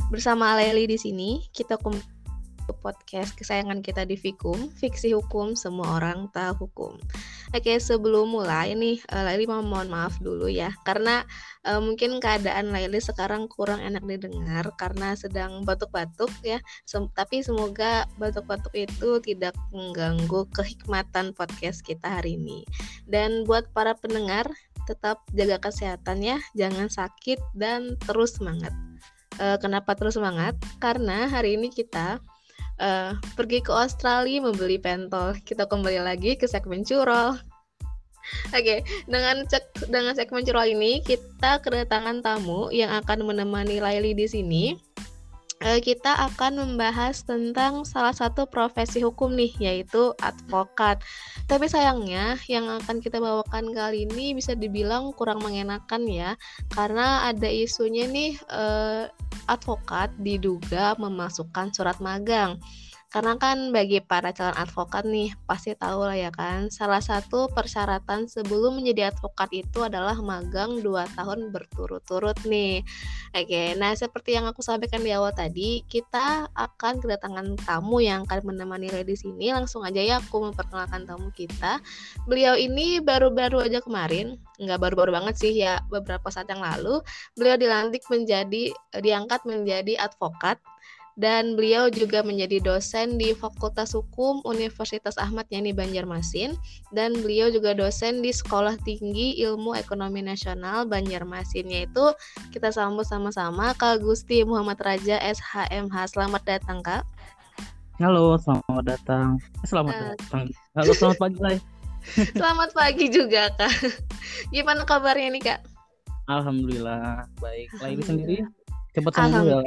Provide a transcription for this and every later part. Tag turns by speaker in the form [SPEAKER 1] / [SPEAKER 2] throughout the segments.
[SPEAKER 1] Bersama Leli di sini, kita ke podcast kesayangan kita di Fikum, Fiksi Hukum, Semua Orang Tahu Hukum. Oke, sebelum mulai nih, Leli mohon maaf dulu ya, karena mungkin keadaan Leli sekarang kurang enak didengar karena sedang batuk-batuk ya. Tapi semoga batuk-batuk itu tidak mengganggu kehikmatan podcast kita hari ini. Dan buat para pendengar, tetap jaga kesehatan ya, jangan sakit dan terus semangat. Kenapa terus semangat? Karena hari ini kita pergi ke Australia membeli pentol. Kita kembali lagi ke segmen curol. Oke, dengan segmen curol ini kita kedatangan tamu yang akan menemani Laili di sini. Kita akan membahas tentang salah satu profesi hukum nih, yaitu advokat. Tapi sayangnya yang akan kita bawakan kali ini bisa dibilang kurang mengenakan ya, karena ada isunya nih, advokat diduga memasukkan surat magang. Karena kan bagi para calon advokat nih, pasti tahu lah ya kan, salah satu persyaratan sebelum menjadi advokat itu adalah magang 2 tahun berturut-turut nih. Oke, nah seperti yang aku sampaikan di awal tadi, kita akan kedatangan tamu yang akan menemani Leli di sini. Langsung aja ya aku memperkenalkan tamu kita. Beliau ini baru-baru aja kemarin, nggak baru-baru banget sih ya, beberapa saat yang lalu, beliau diangkat menjadi advokat. Dan beliau juga menjadi dosen di Fakultas Hukum Universitas Ahmad Yani Banjarmasin, dan beliau juga dosen di Sekolah Tinggi Ilmu Ekonomi Nasional Banjarmasin. Yaitu kita sambut sama-sama Kak Gusti Muhammad Raja SHMH. Selamat datang Kak.
[SPEAKER 2] Halo, selamat datang. Datang. Halo, selamat pagi Lai.
[SPEAKER 1] Selamat pagi juga Kak. Gimana kabarnya nih Kak?
[SPEAKER 2] Alhamdulillah baik. Laili sendiri cepat sembuh ya.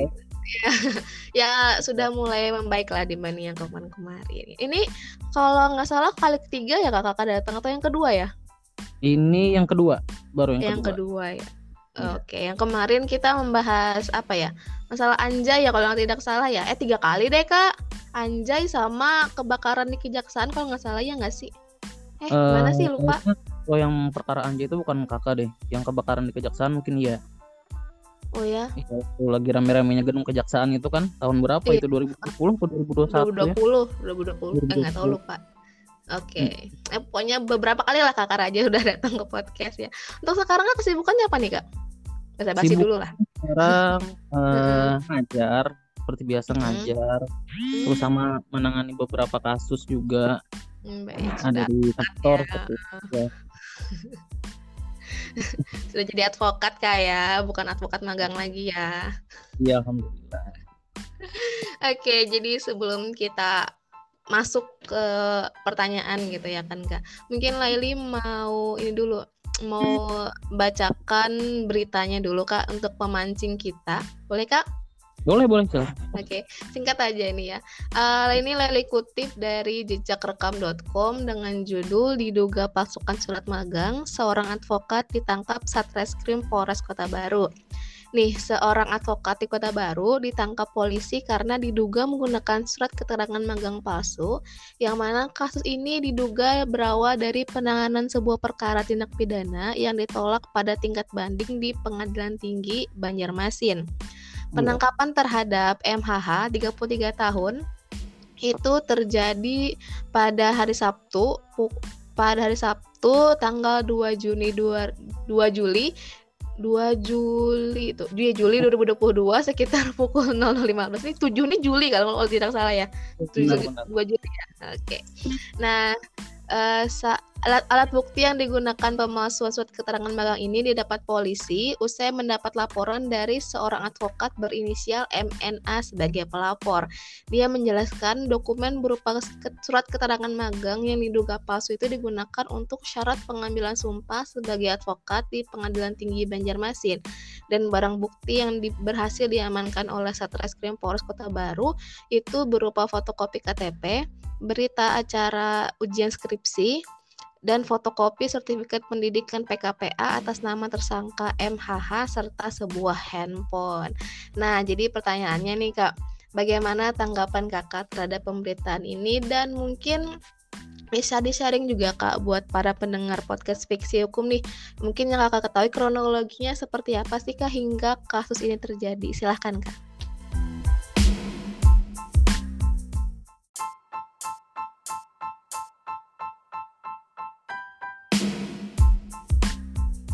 [SPEAKER 1] Ya sudah mulai membaik lah dibanding yang kemarin-kemarin. Ini kalau nggak salah kali ketiga ya kakak datang, atau yang kedua ya?
[SPEAKER 2] Ini yang kedua, baru
[SPEAKER 1] yang kedua ya. Oke, yang kemarin kita membahas apa ya? Masalah anjay ya kalau tidak salah ya. 3 kali deh Kak. Anjay sama kebakaran di Kejaksaan kalau nggak salah ya nggak sih? Mana sih lupa?
[SPEAKER 2] Oh, yang perkara anjay itu bukan kakak deh. Yang kebakaran di Kejaksaan mungkin ya.
[SPEAKER 1] Oh ya.
[SPEAKER 2] Itu lagi rame-ramenya gedung Kejaksaan itu kan tahun berapa itu 2020 atau
[SPEAKER 1] 2021 2020 enggak tahu lupa. Oke. Pokoknya beberapa kali lah Kakak Raja udah datang ke podcast ya. Untuk sekarang kesibukannya apa nih Kak? Basa-basi dulu lah.
[SPEAKER 2] Sekarang ngajar seperti biasa ngajar. Terus sama menangani beberapa kasus juga.
[SPEAKER 1] Baik,
[SPEAKER 2] ada di kantor seperti itu.
[SPEAKER 1] Sudah jadi advokat Kak ya, bukan advokat magang lagi ya.
[SPEAKER 2] Iya, alhamdulillah.
[SPEAKER 1] Oke, jadi sebelum kita masuk ke pertanyaan gitu ya kan Kak, mungkin Laili mau bacakan beritanya dulu Kak untuk pemancing kita, boleh Kak?
[SPEAKER 2] Boleh sir.
[SPEAKER 1] Oke, singkat aja ini ya. Ini Leli kutip dari jejakrekam.com dengan judul diduga pasukan surat magang, seorang advokat ditangkap Satreskrim Polres Kota Baru. Nih, seorang advokat di Kota Baru ditangkap polisi karena diduga menggunakan surat keterangan magang palsu, yang mana kasus ini diduga berawal dari penanganan sebuah perkara tindak pidana yang ditolak pada tingkat banding di Pengadilan Tinggi Banjarmasin. Penangkapan terhadap MHH 33 tahun itu terjadi pada hari Sabtu tanggal 2 Juli 2022 sekitar pukul 00.15. Ini 7 ini Juli kalau tidak salah ya. 2 Juli ya. Oke. Nah, alat bukti yang digunakan pemalsuan surat keterangan magang ini didapat polisi usai mendapat laporan dari seorang advokat berinisial MNA sebagai pelapor. Dia menjelaskan dokumen berupa surat keterangan magang yang diduga palsu itu digunakan untuk syarat pengambilan sumpah sebagai advokat di Pengadilan Tinggi Banjarmasin, dan barang bukti yang berhasil diamankan oleh Satreskrim Polres Kota Baru itu berupa fotokopi KTP, berita acara ujian skripsi, dan fotokopi sertifikat pendidikan PKPA atas nama tersangka MHH serta sebuah handphone. Nah, jadi pertanyaannya nih Kak, bagaimana tanggapan Kakak terhadap pemberitaan ini, dan mungkin bisa di-sharing juga Kak buat para pendengar podcast Fiksi Hukum nih. Mungkin yang Kakak ketahui kronologinya seperti apa sih Kak hingga kasus ini terjadi. Silahkan Kak.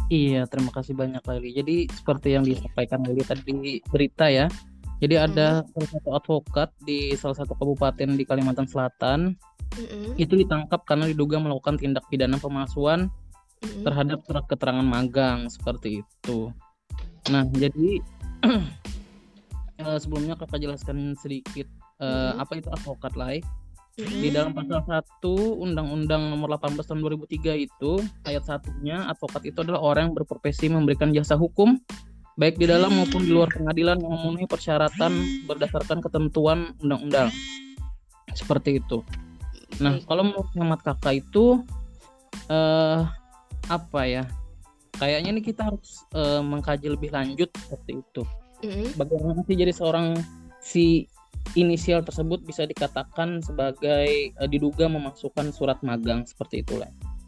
[SPEAKER 2] Iya, terima kasih banyak Laili. Jadi seperti yang disampaikan Laili tadi di berita ya. Jadi ada salah satu advokat di salah satu kabupaten di Kalimantan Selatan itu ditangkap karena diduga melakukan tindak pidana pemalsuan terhadap surat keterangan magang seperti itu. Nah, jadi sebelumnya kakak jelaskan sedikit apa itu advokat Lai. Di dalam pasal 1 Undang-Undang Nomor 18 Tahun 2003 itu ayat 1-nya advokat itu adalah orang yang berprofesi memberikan jasa hukum baik di dalam maupun di luar pengadilan yang memenuhi persyaratan berdasarkan ketentuan undang-undang. Seperti itu. Nah, kalau menurut hemat kakak itu apa ya? Kayaknya nih kita harus mengkaji lebih lanjut seperti itu. Bagaimana sih jadi seorang si inisial tersebut bisa dikatakan sebagai diduga memasukkan surat magang seperti itulah.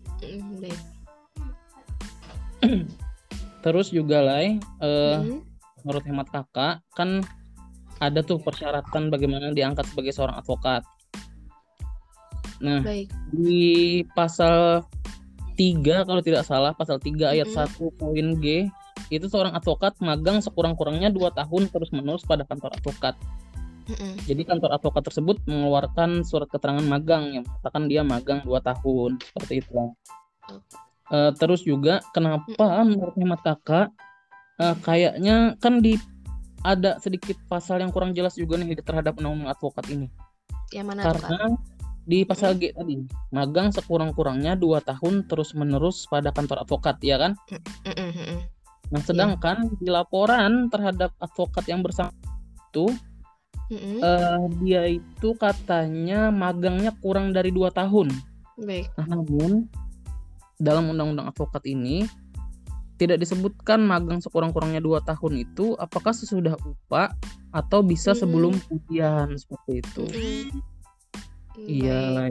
[SPEAKER 2] Terus juga Lai, menurut hemat kakak kan ada tuh persyaratan bagaimana diangkat sebagai seorang advokat. Nah, di pasal 3 kalau tidak salah, pasal 3 ayat 1 poin G, itu seorang advokat magang sekurang-kurangnya 2 tahun terus-menerus pada kantor advokat. Jadi kantor advokat tersebut mengeluarkan surat keterangan magang yang mengatakan dia magang 2 tahun seperti itu. Terus juga kenapa menurut hemat kakak kayaknya kan ada sedikit pasal yang kurang jelas juga nih terhadap undang-undang advokat ini.
[SPEAKER 1] Yang mana
[SPEAKER 2] karena di pasal G tadi magang sekurang-kurangnya 2 tahun terus-menerus pada kantor advokat, ya kan? Nah, sedangkan di laporan terhadap advokat yang bersangkutan itu dia itu katanya magangnya kurang dari 2 tahun. Nah, namun dalam undang-undang advokat ini tidak disebutkan magang sekurang-kurangnya 2 tahun itu apakah sesudah UPA atau bisa sebelum ujian seperti itu. Iya.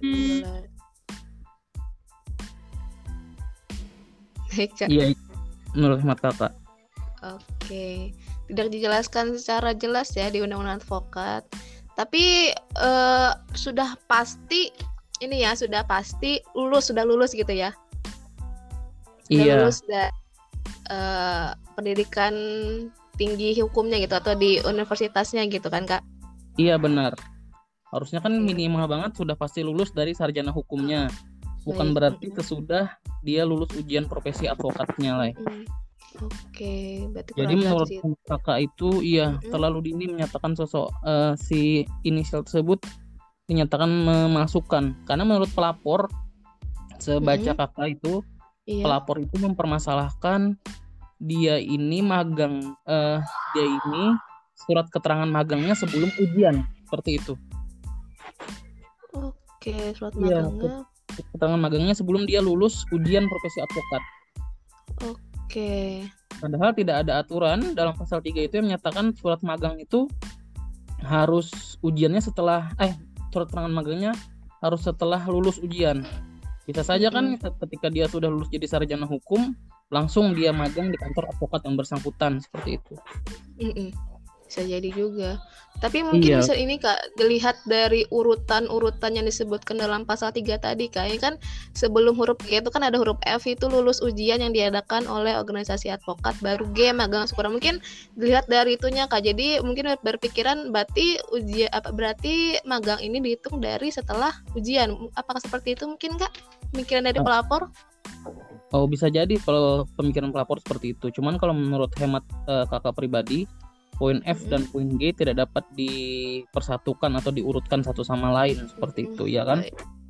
[SPEAKER 2] Iya, menurut hemat kakak.
[SPEAKER 1] Oke, tidak dijelaskan secara jelas ya di undang-undang advokat. Tapi sudah pasti ini ya, sudah pasti sudah lulus gitu ya. Lulus dari pendidikan tinggi hukumnya gitu atau di universitasnya gitu kan, Kak?
[SPEAKER 2] Iya, benar. Harusnya kan minimal banget sudah pasti lulus dari sarjana hukumnya. Bukan berarti sesudah dia lulus ujian profesi advokatnya lah.
[SPEAKER 1] Oke, berarti
[SPEAKER 2] jadi menurut kakak itu terlalu dini menyatakan sosok si inisial tersebut dinyatakan memasukkan, karena menurut pelapor sebaca kakak itu pelapor itu mempermasalahkan dia ini magang dia ini surat keterangan magangnya sebelum ujian seperti itu.
[SPEAKER 1] Oke, surat magangnya
[SPEAKER 2] keterangan magangnya sebelum dia lulus ujian profesi advokat.
[SPEAKER 1] Oke.
[SPEAKER 2] Padahal tidak ada aturan dalam pasal 3 itu yang menyatakan surat magang itu harus ujiannya setelah surat keterangan magangnya harus setelah lulus ujian. Bisa saja kan ketika dia sudah lulus jadi sarjana hukum langsung dia magang di kantor advokat yang bersangkutan seperti itu.
[SPEAKER 1] Bisa jadi juga. Tapi mungkin bisa ini Kak, dilihat dari urutan yang disebutkan dalam pasal 3 tadi Kak. Ini kan sebelum huruf G itu kan ada huruf F itu lulus ujian yang diadakan oleh organisasi advokat, baru G magang sekurang. Mungkin dilihat dari itunya Kak. Jadi mungkin berpikiran berarti magang ini dihitung dari setelah ujian. Apakah seperti itu mungkin Kak? Pemikiran dari pelapor?
[SPEAKER 2] Oh, bisa jadi kalau pemikiran pelapor seperti itu. Cuman kalau menurut hemat kakak pribadi, poin F dan poin G tidak dapat dipersatukan atau diurutkan satu sama lain seperti itu, ya kan?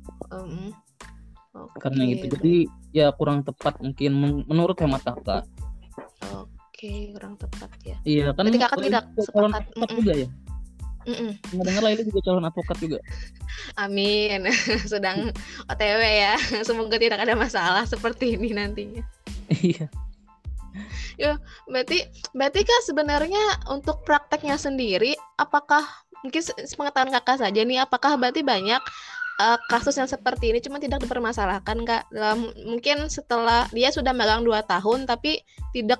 [SPEAKER 2] Karena itu jadi ya kurang tepat mungkin menurut hemat kakak.
[SPEAKER 1] Oke, kurang tepat ya.
[SPEAKER 2] Iya kan.
[SPEAKER 1] Berarti kakak tidak sepakat
[SPEAKER 2] juga ya. Dengar Laili juga calon advokat juga.
[SPEAKER 1] Amin. Sedang OTW ya. Semoga tidak ada masalah seperti ini nantinya.
[SPEAKER 2] Iya.
[SPEAKER 1] Ya, berarti Kak sebenarnya untuk prakteknya sendiri apakah mungkin sepengetahuan Kakak saja nih, apakah berarti banyak kasus yang seperti ini cuma tidak dipermasalahkan Kak dalam mungkin setelah dia sudah magang 2 tahun tapi tidak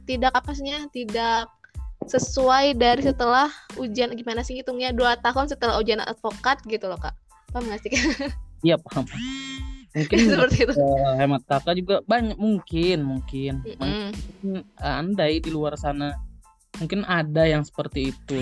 [SPEAKER 1] sesuai dari setelah ujian, gimana sih hitungnya 2 tahun setelah ujian advokat gitu loh Kak, paham nggak sih Kak?
[SPEAKER 2] Iya, paham. Mungkin
[SPEAKER 1] seperti itu.
[SPEAKER 2] Hemat kakak juga banyak mungkin andai di luar sana mungkin ada yang seperti itu.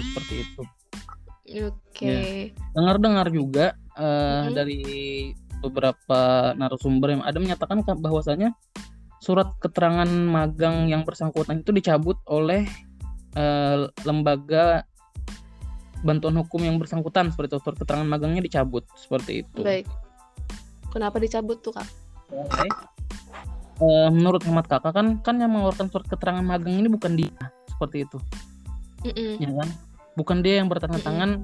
[SPEAKER 1] Oke.
[SPEAKER 2] Dengar juga dari beberapa narasumber yang ada menyatakan bahwasanya surat keterangan magang yang bersangkutan itu dicabut oleh lembaga bantuan hukum yang bersangkutan, seperti itu. Surat keterangan magangnya dicabut seperti itu.
[SPEAKER 1] Baik. Kenapa dicabut tuh, Kak?
[SPEAKER 2] Okay. Menurut hemat kakak kan yang mengeluarkan surat keterangan magang ini bukan dia, seperti itu. Ya kan? Bukan dia yang bertanda tangan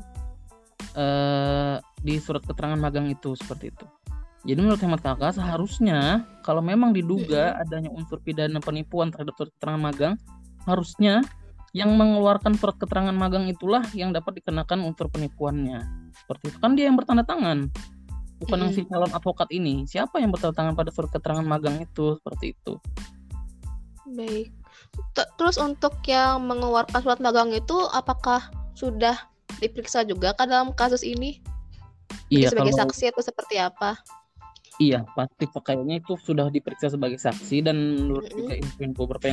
[SPEAKER 2] di surat keterangan magang itu, seperti itu. Jadi menurut hemat kakak seharusnya kalau memang diduga adanya unsur pidana penipuan terhadap surat keterangan magang, harusnya yang mengeluarkan surat keterangan magang itulah yang dapat dikenakan unsur penipuannya. Seperti itu. Kan dia yang bertanda tangan. Bukan yang si calon advokat ini. Siapa yang bertanda tangan pada surat keterangan magang itu? Seperti itu.
[SPEAKER 1] Baik. Terus untuk yang mengeluarkan surat magang itu apakah sudah diperiksa juga kan dalam kasus ini?
[SPEAKER 2] Iya,
[SPEAKER 1] sebagai saksi atau seperti apa?
[SPEAKER 2] Iya, pasti kayaknya itu sudah diperiksa sebagai saksi. Dan menurut juga info beberapa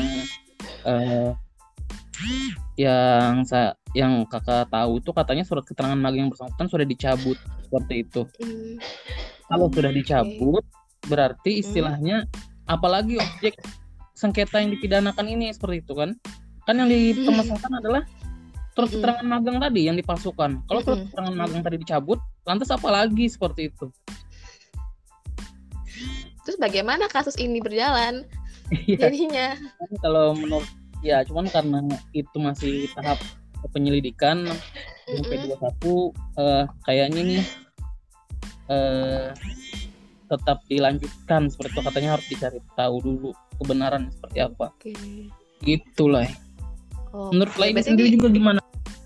[SPEAKER 2] yang kakak tahu itu katanya surat keterangan magang yang bersangkutan sudah dicabut, seperti itu. Kalau sudah dicabut berarti istilahnya apalagi objek sengketa yang dipidanakan ini, seperti itu kan yang dipermasalahkan adalah surat keterangan magang tadi yang dipalsukan. Kalau surat keterangan magang tadi dicabut, lantas apa lagi, seperti itu.
[SPEAKER 1] Terus bagaimana kasus ini berjalan jadinya?
[SPEAKER 2] Kalau menurut cuman karena itu masih tahap penyelidikan P21, kayaknya nih tetap dilanjutkan, seperti itu. Katanya harus dicari tahu dulu kebenaran seperti apa. Gitulah. Menurut Laili sendiri juga gimana?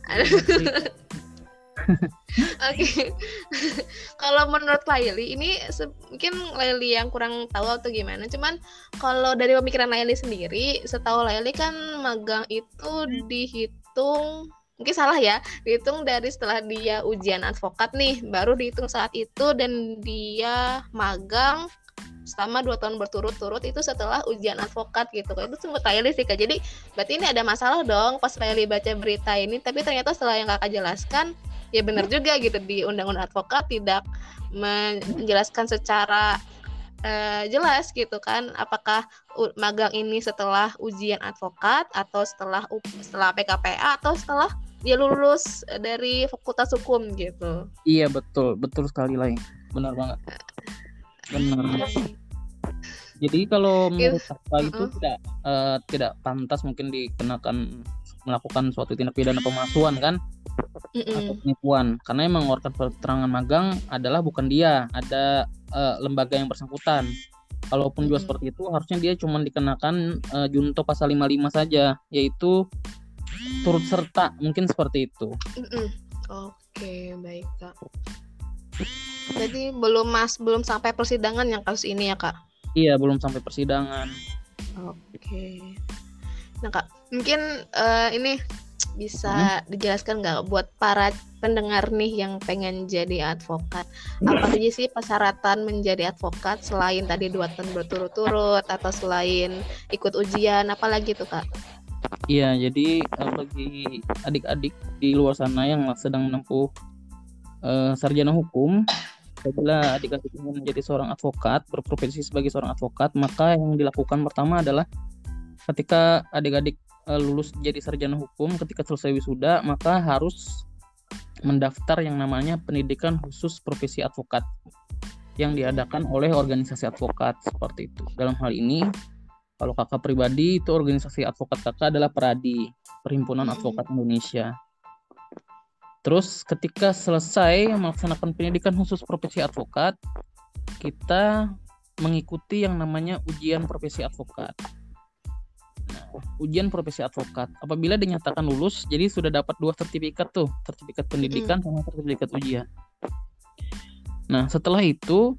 [SPEAKER 1] Oke. Kalau menurut Laili ini mungkin Laili yang kurang tahu atau gimana. Cuman kalau dari pemikiran Laili sendiri, setahu Laili kan magang itu dihitung, mungkin salah ya, dihitung dari setelah dia ujian advokat nih, baru dihitung saat itu, dan dia magang selama 2 tahun berturut-turut itu setelah ujian advokat gitu. Itu sempat Laili sih, Kak. Jadi berarti ini ada masalah dong pas Laili baca berita ini. Tapi ternyata setelah yang Kakak jelaskan, ya benar juga gitu, di undang-undang advokat tidak menjelaskan secara jelas gitu kan, apakah magang ini setelah ujian advokat atau setelah PKPA atau setelah dia lulus dari fakultas hukum gitu.
[SPEAKER 2] Iya, betul sekali Lai. Benar banget. Benar. Jadi kalau menurut saya itu tidak pantas mungkin dikenakan melakukan suatu tindak pidana pemalsuan kan, atau penipuan, karena yang mengeluarkan keterangan magang adalah bukan dia, ada lembaga yang bersangkutan. Kalaupun juga seperti itu, harusnya dia cuma dikenakan junto pasal 55 saja, yaitu turut serta, mungkin seperti itu.
[SPEAKER 1] Oke, baik Kak. Jadi belum sampai persidangan yang kasus ini ya Kak?
[SPEAKER 2] Iya, belum sampai persidangan.
[SPEAKER 1] Oke. Nah Kak, mungkin ini bisa dijelaskan nggak buat para pendengar nih yang pengen jadi advokat, apa saja sih persyaratan menjadi advokat selain tadi 2 tahun berturut-turut, atau selain ikut ujian, apalagi tuh Kak?
[SPEAKER 2] Iya, jadi bagi adik-adik di luar sana yang sedang menempuh sarjana hukum, apabila adik-adik ingin menjadi seorang advokat, berprofesi sebagai seorang advokat, maka yang dilakukan pertama adalah ketika adik-adik lulus jadi sarjana hukum, ketika selesai wisuda, maka harus mendaftar yang namanya pendidikan khusus profesi advokat yang diadakan oleh organisasi advokat, seperti itu. Dalam hal ini, kalau kakak pribadi itu organisasi advokat kakak adalah PERADI, Perhimpunan Advokat Indonesia. Terus ketika selesai melaksanakan pendidikan khusus profesi advokat, kita mengikuti yang namanya ujian profesi advokat. Ujian profesi advokat, apabila dinyatakan lulus, jadi sudah dapat 2 sertifikat tuh, sertifikat pendidikan sama sertifikat ujian. Nah, setelah itu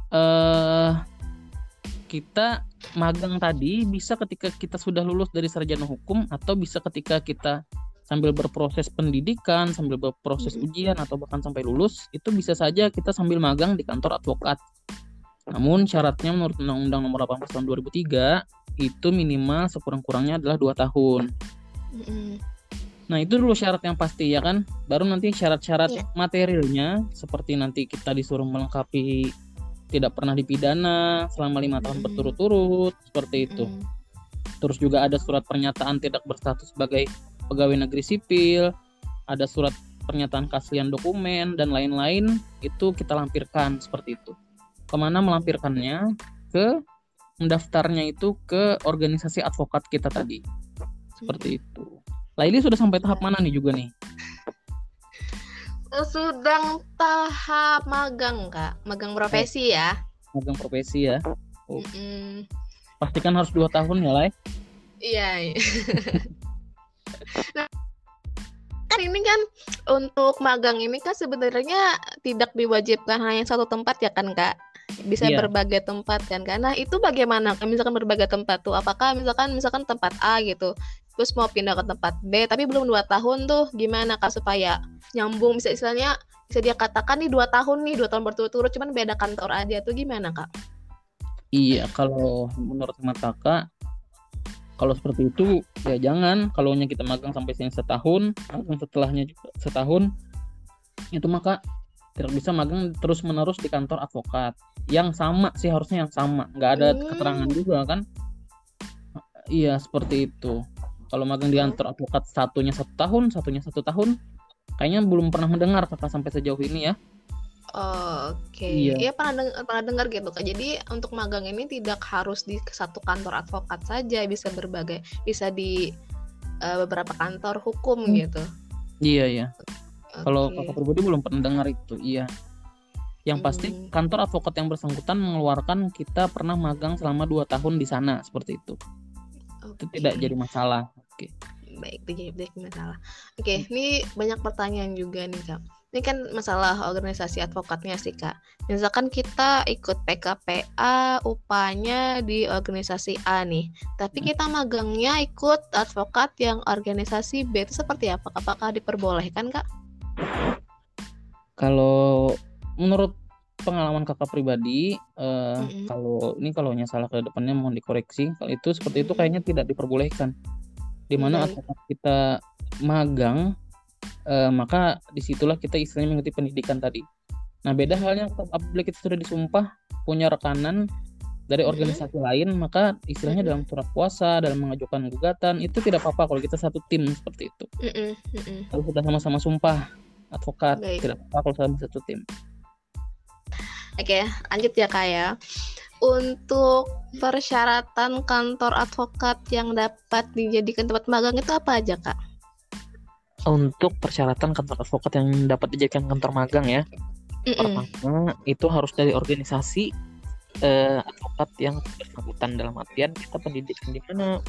[SPEAKER 2] kita magang tadi bisa ketika kita sudah lulus dari sarjana hukum, atau bisa ketika kita sambil berproses pendidikan, sambil berproses ujian, atau bahkan sampai lulus, itu bisa saja kita sambil magang di kantor advokat. Namun syaratnya menurut Undang-Undang Nomor 18 Tahun 2003 itu minimal sekurang-kurangnya adalah 2 tahun. Nah itu dulu syarat yang pasti ya kan. Baru nanti syarat-syarat materialnya seperti nanti kita disuruh melengkapi tidak pernah dipidana selama 5 tahun berturut-turut seperti itu. Terus juga ada surat pernyataan tidak berstatus sebagai pegawai negeri sipil, ada surat pernyataan keaslian dokumen dan lain-lain, itu kita lampirkan seperti itu. Kemana melampirkannya? Ke mendaftarnya itu ke organisasi advokat kita tadi. Seperti itu. Laili sudah sampai tahap mana nih juga nih?
[SPEAKER 1] Sedang tahap magang, Kak. Magang profesi ya.
[SPEAKER 2] Magang profesi ya. Oh. Pastikan harus 2 tahun ya, Lai?
[SPEAKER 1] Iya. Nah, kan ini kan untuk magang ini kan sebenarnya tidak diwajibkan hanya satu tempat ya kan, Kak? Bisa berbagai tempat kan. Nah, itu bagaimana? Misalkan berbagai tempat tuh, apakah misalkan tempat A gitu, terus mau pindah ke tempat B, tapi belum 2 tahun tuh, gimana Kak supaya nyambung? Bisa dia katakan nih 2 tahun berturut-turut, cuman beda kantor aja tuh, gimana Kak?
[SPEAKER 2] Iya, kalau menurut hemat Kakak, kalau seperti itu ya jangan. Kalau kita magang sampai setahun, magang setelahnya juga setahun, itu maka tidak bisa magang terus-menerus di kantor advokat. Yang sama sih, harusnya yang sama, nggak ada keterangan juga kan. Iya seperti itu. Kalau magang di kantor advokat satunya 1 tahun, satunya 1 tahun, kayaknya belum pernah mendengar Kakak sampai sejauh ini ya.
[SPEAKER 1] Oke. Iya pernah dengar gitu Kak. Jadi untuk magang ini tidak harus di satu kantor advokat saja, bisa di beberapa kantor hukum gitu.
[SPEAKER 2] Iya. Kalau Kakak pribadi belum pernah dengar itu. Iya. Yang pasti kantor advokat yang bersangkutan mengeluarkan kita pernah magang selama 2 tahun di sana, seperti itu. Itu tidak jadi masalah. Oke.
[SPEAKER 1] Baik, tidak jadi masalah. Oke, ini banyak pertanyaan juga nih Kak. Ini kan masalah organisasi advokatnya sih Kak. Misalkan kita ikut PKPA, upahnya di organisasi A nih, tapi kita magangnya ikut advokat yang organisasi B, itu seperti apa? Apakah diperbolehkan Kak?
[SPEAKER 2] Kalau menurut pengalaman Kakak pribadi, kalau salah ke depannya mohon dikoreksi. Kalau itu seperti itu kayaknya tidak diperbolehkan. Dimana advokat kita magang, maka disitulah kita istilahnya mengikuti pendidikan tadi. Nah beda halnya apabila kita sudah disumpah punya rekanan dari organisasi lain, maka istilahnya dalam surat kuasa, dalam mengajukan gugatan, itu tidak apa-apa kalau kita satu tim seperti itu. Kalau sudah sama-sama sumpah advokat, tidak apa-apa kalau sama satu tim.
[SPEAKER 1] Oke, lanjut ya Kak ya. Untuk persyaratan kantor advokat yang dapat dijadikan tempat magang itu apa aja Kak?
[SPEAKER 2] Untuk persyaratan kantor advokat yang dapat dijadikan kantor magang ya, pertama itu harus dari organisasi advokat yang bersangkutan, dalam artian kita pendidikan di mana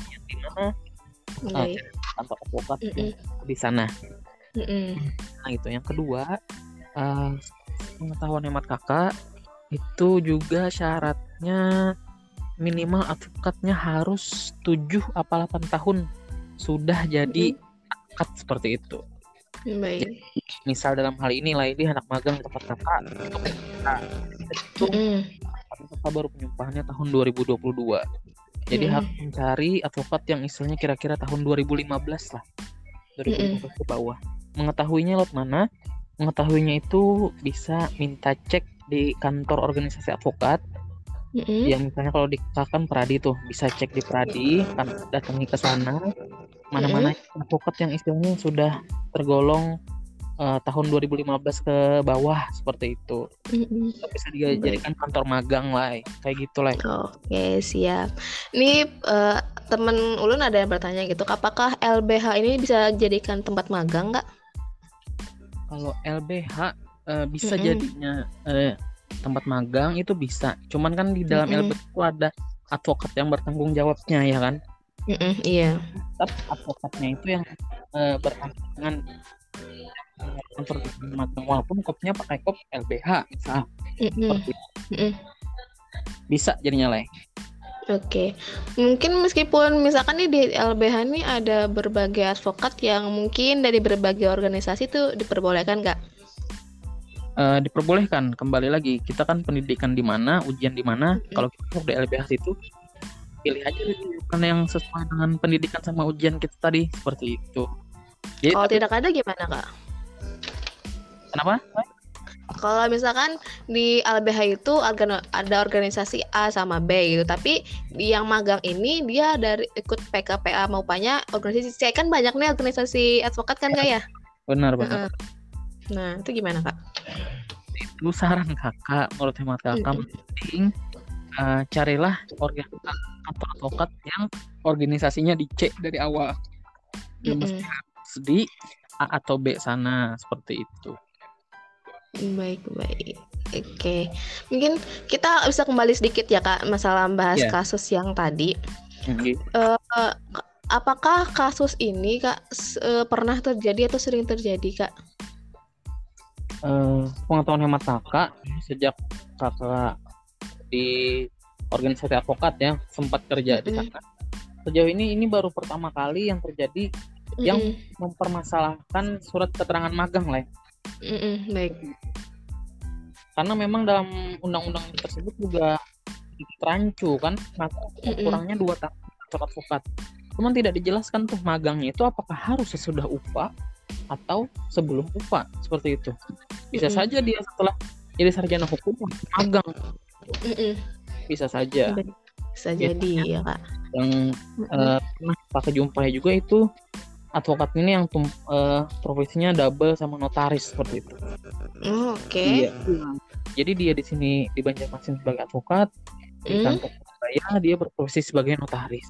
[SPEAKER 2] kantor advokat di sana. Nah itu yang kedua, pengetahuan hemat Kakak, itu juga syaratnya minimal advokatnya harus 7 apa 8 tahun sudah jadi advokat, seperti itu.
[SPEAKER 1] Baik.
[SPEAKER 2] Misal dalam hal ini Laili anak magang tempat Kakak, itu Kakak baru penyumpahannya tahun 2022. Jadi harus mencari advokat yang istilahnya kira-kira tahun 2015 lah, 2015 ke bawah. Mengetahuinya lewat mana? Mengetahuinya itu bisa minta cek di kantor organisasi advokat. Yang misalnya kalau di Kakak Pradi tuh bisa cek di Pradi, kan datangi ke sana. Mana-mana advokat yang istilahnya sudah tergolong tahun 2015 ke bawah, seperti itu. Bisa dijadikan kantor magang lah, kayak gitu lah.
[SPEAKER 1] Oke, siap. Ini temen Ulun ada yang bertanya gitu, apakah LBH ini bisa jadikan tempat magang nggak?
[SPEAKER 2] Kalau LBH bisa jadinya tempat magang, itu bisa. Cuman kan di dalam LBH itu ada advokat yang bertanggung jawabnya ya kan.
[SPEAKER 1] Iya.
[SPEAKER 2] Tapi advokatnya itu yang bertanggungan kantor magang, walaupun kopnya pakai kop LBH misal. Bisa jadinya lah.
[SPEAKER 1] Oke. Mungkin meskipun misalkan nih di LBH nih ada berbagai advokat yang mungkin dari berbagai organisasi tuh diperbolehkan nggak?
[SPEAKER 2] diperbolehkan. Kembali lagi, kita kan pendidikan di mana, ujian di mana. Kalau kita masuk di LBH itu pilih aja kan yang sesuai dengan pendidikan sama ujian kita tadi, seperti itu.
[SPEAKER 1] Jadi, kalau tidak ada gimana, Kak?
[SPEAKER 2] Kenapa?
[SPEAKER 1] Kalau misalkan di LBH itu ada organisasi A sama B gitu, tapi yang magang ini dia dari ikut PKPA maupanya organisasi C, kan banyak nih organisasi advokat kan, Kak ya?
[SPEAKER 2] Benar.
[SPEAKER 1] Nah, itu gimana, Kak?
[SPEAKER 2] Itu saran kakak, menurut hemat kakak penting carilah kantor advokat yang organisasinya di C dari awal. Mesti di A atau B sana, seperti itu.
[SPEAKER 1] Baik. Oke. Mungkin kita bisa kembali sedikit ya, Kak, masalah bahas kasus yang tadi. Apakah kasus ini, Kak, pernah terjadi atau sering terjadi, Kak?
[SPEAKER 2] Pengetahuan hemat kakak, sejak kakak di organisasi advokat ya, sempat kerja di sana. Sejauh ini baru pertama kali yang terjadi yang mempermasalahkan surat keterangan magang lah.
[SPEAKER 1] Baik.
[SPEAKER 2] Karena memang dalam undang-undang tersebut juga rancu kan, kurangnya 2 tahun advokat. Cuman tidak dijelaskan tuh magangnya itu apakah harus sesudah UPA atau sebelum UPA, seperti itu. Bisa saja dia setelah jadi sarjana hukum magang. Bisa saja.
[SPEAKER 1] Bisa jadi ya, Kak.
[SPEAKER 2] Yang pernah pakai jumpai juga itu advokat ini yang profesinya double sama notaris, seperti itu.
[SPEAKER 1] Oke.
[SPEAKER 2] Iya. Jadi dia di sini di Banjarmasin sebagai advokat, di kantor saya dia berprofesi sebagai notaris.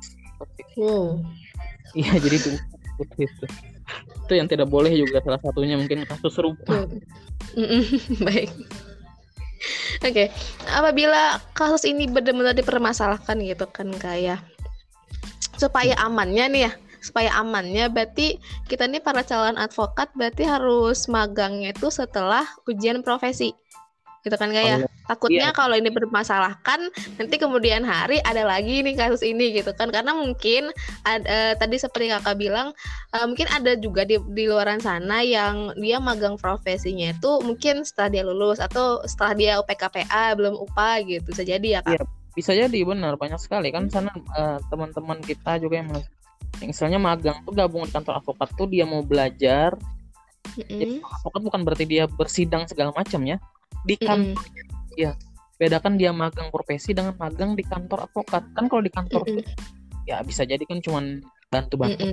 [SPEAKER 2] Iya, jadi seperti itu. Itu yang tidak boleh juga salah satunya mungkin kasus serupa.
[SPEAKER 1] Baik. Oke. Apabila kasus ini benar-benar dipermasalahkan gitu kan, kayak supaya amannya berarti kita nih para calon advokat berarti harus magangnya itu setelah ujian profesi gitu kan, kayak takutnya kalau ini bermasalahkan nanti kemudian hari ada lagi nih kasus ini gitu kan, karena mungkin tadi seperti kakak bilang mungkin ada juga di luaran sana yang dia magang profesinya itu mungkin setelah dia lulus atau setelah dia UPKPA belum UPA gitu, bisa jadi ya, Kak?
[SPEAKER 2] Bisa jadi, benar, banyak sekali kan sana teman-teman kita juga yang misalnya magang tuh gabung di kantor advokat tuh dia mau belajar. Jadi advokat bukan berarti dia bersidang segala macam ya. Di kantor ya, bedakan dia magang profesi dengan magang di kantor advokat. Kan kalau di kantor tuh ya bisa jadi kan cuman bantu-bantu.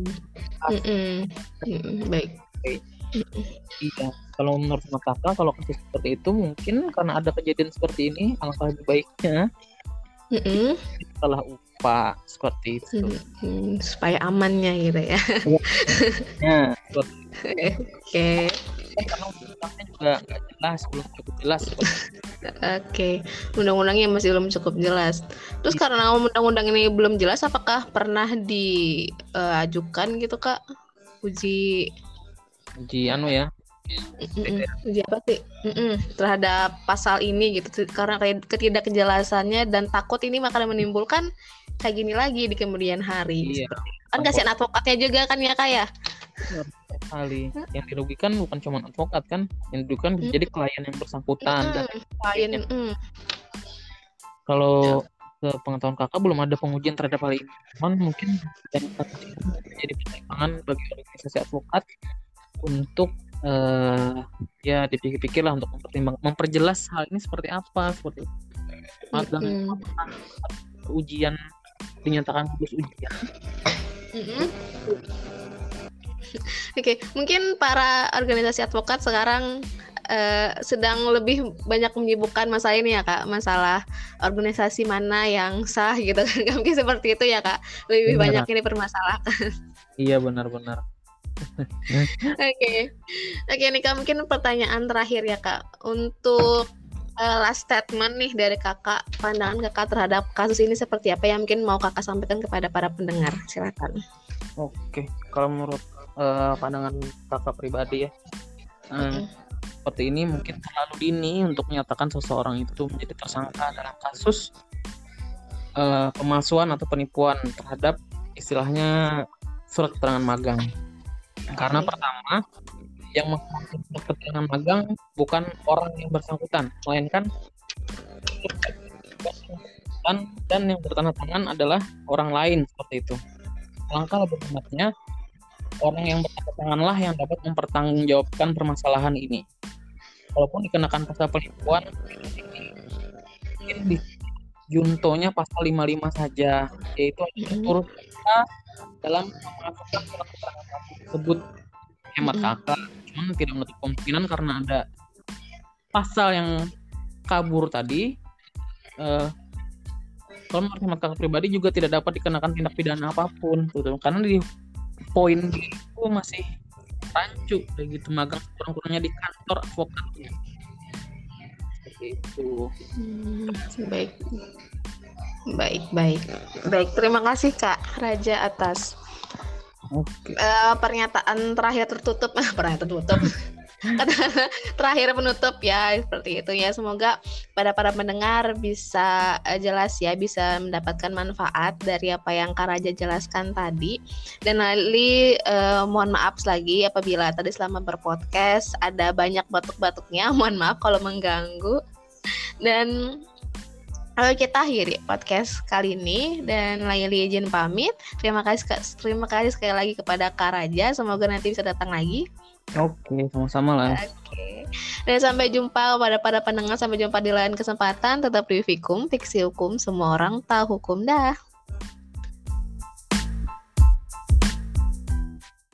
[SPEAKER 1] Baik.
[SPEAKER 2] Iya, kalau menurut kakak kalau kasus seperti itu mungkin karena ada kejadian seperti ini, alangkah lebih baiknya setelah UPA, seperti itu.
[SPEAKER 1] Supaya amannya gitu ya. Oke.
[SPEAKER 2] Karena undang-undangnya juga nggak jelas, belum cukup jelas.
[SPEAKER 1] Oke. Undang-undangnya masih belum cukup jelas. Terus karena undang-undang ini belum jelas, apakah pernah diajukan gitu, Kak, uji ya? Uji apa sih? Terhadap pasal ini gitu, karena ketidakjelasannya dan takut ini akan menimbulkan kayak gini lagi di kemudian hari.
[SPEAKER 2] Iya.
[SPEAKER 1] Kan kasihan advokatnya juga kan ya, Kak ya?
[SPEAKER 2] Kali yang dirugikan bukan cuma advokat kan, yang dirugikan jadi klien yang bersangkutan.
[SPEAKER 1] Klien.
[SPEAKER 2] Kalau pengetahuan kakak belum ada pengujian terhadap hal ini, cuman mungkin jadi pertimbangan bagi organisasi advokat untuk ya dipikir-pikir lah untuk memperjelas hal ini seperti apa, seperti magang ujian dinyatakan lulus ujian.
[SPEAKER 1] Oke, mungkin para organisasi advokat sekarang sedang lebih banyak menyibukkan masalah ini ya, Kak, masalah organisasi mana yang sah gitu kan, mungkin seperti itu ya, Kak, lebih banyak ini permasalahan.
[SPEAKER 2] Iya, benar-benar.
[SPEAKER 1] Oke nih, Kak, mungkin pertanyaan terakhir ya, Kak, untuk last statement nih dari kakak, pandangan kakak terhadap kasus ini seperti apa yang mungkin mau kakak sampaikan kepada para pendengar, silakan.
[SPEAKER 2] Oke, kalau menurut pandangan kakak pribadi ya, seperti ini mungkin terlalu dini untuk menyatakan seseorang itu menjadi tersangka dalam kasus pemalsuan atau penipuan terhadap istilahnya surat keterangan magang. Karena pertama, yang mengatur keterangan magang bukan orang yang bersangkutan, melainkan dan yang bertanda tangan adalah orang lain, seperti itu. Langkah lebih tepatnya, orang yang bertanda tanganlah yang dapat mempertanggungjawabkan permasalahan ini. Walaupun dikenakan pasal penipuan, mungkin di juntonya pasal 55 saja, yaitu turut serta dalam melakukan surat keterangan tersebut. Hemat kakak, cuman tidak menutup kemungkinan karena ada pasal yang kabur tadi. Kalau menurut hemat kakak pribadi juga tidak dapat dikenakan tindak pidana apapun, gitu. Karena di poin itu masih rancu kayak gitu, magang kurang-kurangnya di kantor advokatnya. Seperti itu.
[SPEAKER 1] Baik. Terima kasih Kak Raja atas pernyataan terakhir tertutup. Terakhir penutup ya, seperti itu ya. Semoga pada para pendengar bisa jelas ya, bisa mendapatkan manfaat dari apa yang Kak Raja jelaskan tadi. Dan Lali mohon maaf lagi apabila tadi selama berpodcast ada banyak batuk-batuknya, mohon maaf kalau mengganggu. Dan kita akhiri podcast kali ini dan Laili izin pamit. Terima kasih sekali lagi kepada Kak Raja. Semoga nanti bisa datang lagi.
[SPEAKER 2] Oke, sama-sama lah.
[SPEAKER 1] Oke. Dan sampai jumpa pada para pendengar. Sampai jumpa di lain kesempatan. Tetap di Fikum, Fiksi Hukum. Semua orang tahu hukum dah.